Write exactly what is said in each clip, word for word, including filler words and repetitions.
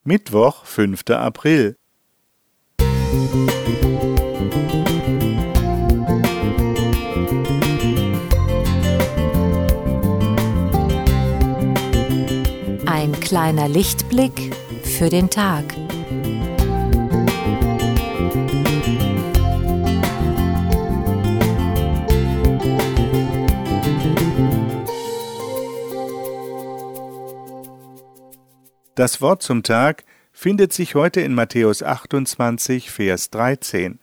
Mittwoch, fünfter April. Ein kleiner Lichtblick für den Tag. Das Wort zum Tag findet sich heute in Matthäus achtundzwanzig, Vers dreizehn.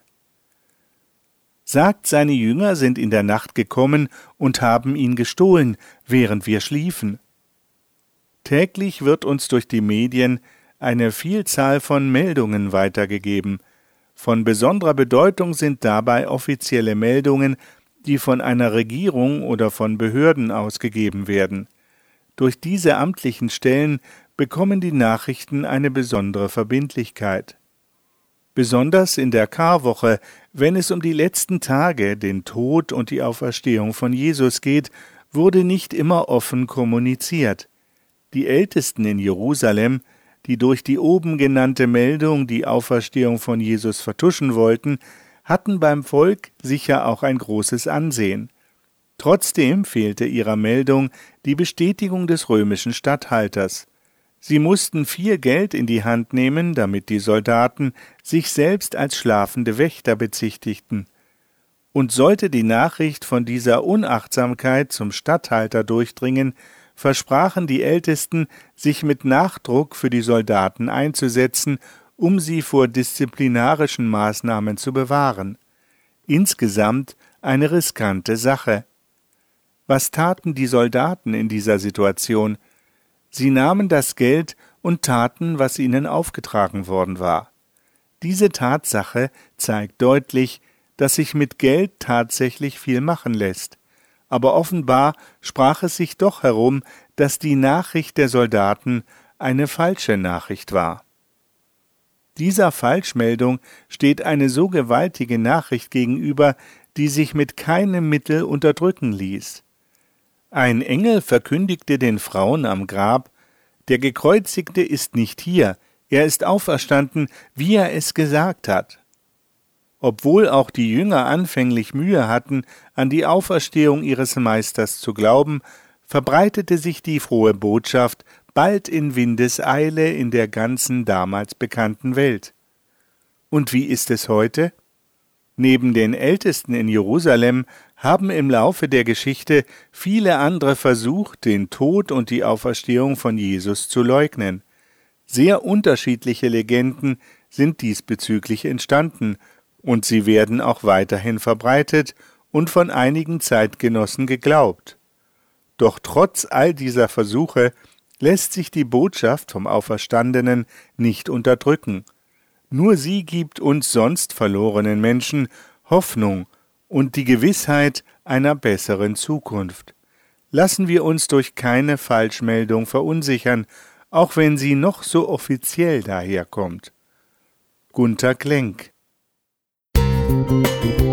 Sagt, seine Jünger sind in der Nacht gekommen und haben ihn gestohlen, während wir schliefen. Täglich wird uns durch die Medien eine Vielzahl von Meldungen weitergegeben. Von besonderer Bedeutung sind dabei offizielle Meldungen, die von einer Regierung oder von Behörden ausgegeben werden. Durch diese amtlichen Stellen bekommen die Nachrichten eine besondere Verbindlichkeit. Besonders in der Karwoche, wenn es um die letzten Tage, den Tod und die Auferstehung von Jesus geht, wurde nicht immer offen kommuniziert. Die Ältesten in Jerusalem, die durch die oben genannte Meldung die Auferstehung von Jesus vertuschen wollten, hatten beim Volk sicher auch ein großes Ansehen. Trotzdem fehlte ihrer Meldung die Bestätigung des römischen Statthalters. Sie mussten viel Geld in die Hand nehmen, damit die Soldaten sich selbst als schlafende Wächter bezichtigten. Und sollte die Nachricht von dieser Unachtsamkeit zum Statthalter durchdringen, versprachen die Ältesten, sich mit Nachdruck für die Soldaten einzusetzen, um sie vor disziplinarischen Maßnahmen zu bewahren. Insgesamt eine riskante Sache. Was taten die Soldaten in dieser Situation? Sie nahmen das Geld und taten, was ihnen aufgetragen worden war. Diese Tatsache zeigt deutlich, dass sich mit Geld tatsächlich viel machen lässt. Aber offenbar sprach es sich doch herum, dass die Nachricht der Soldaten eine falsche Nachricht war. Dieser Falschmeldung steht eine so gewaltige Nachricht gegenüber, die sich mit keinem Mittel unterdrücken ließ. Ein Engel verkündigte den Frauen am Grab: Der Gekreuzigte ist nicht hier, er ist auferstanden, wie er es gesagt hat. Obwohl auch die Jünger anfänglich Mühe hatten, an die Auferstehung ihres Meisters zu glauben, verbreitete sich die frohe Botschaft bald in Windeseile in der ganzen damals bekannten Welt. Und wie ist es heute? Neben den Ältesten in Jerusalem haben im Laufe der Geschichte viele andere versucht, den Tod und die Auferstehung von Jesus zu leugnen. Sehr unterschiedliche Legenden sind diesbezüglich entstanden, und sie werden auch weiterhin verbreitet und von einigen Zeitgenossen geglaubt. Doch trotz all dieser Versuche lässt sich die Botschaft vom Auferstandenen nicht unterdrücken. Nur sie gibt uns sonst verlorenen Menschen Hoffnung und die Gewissheit einer besseren Zukunft. Lassen wir uns durch keine Falschmeldung verunsichern, auch wenn sie noch so offiziell daherkommt. Gunter Klenk. Musik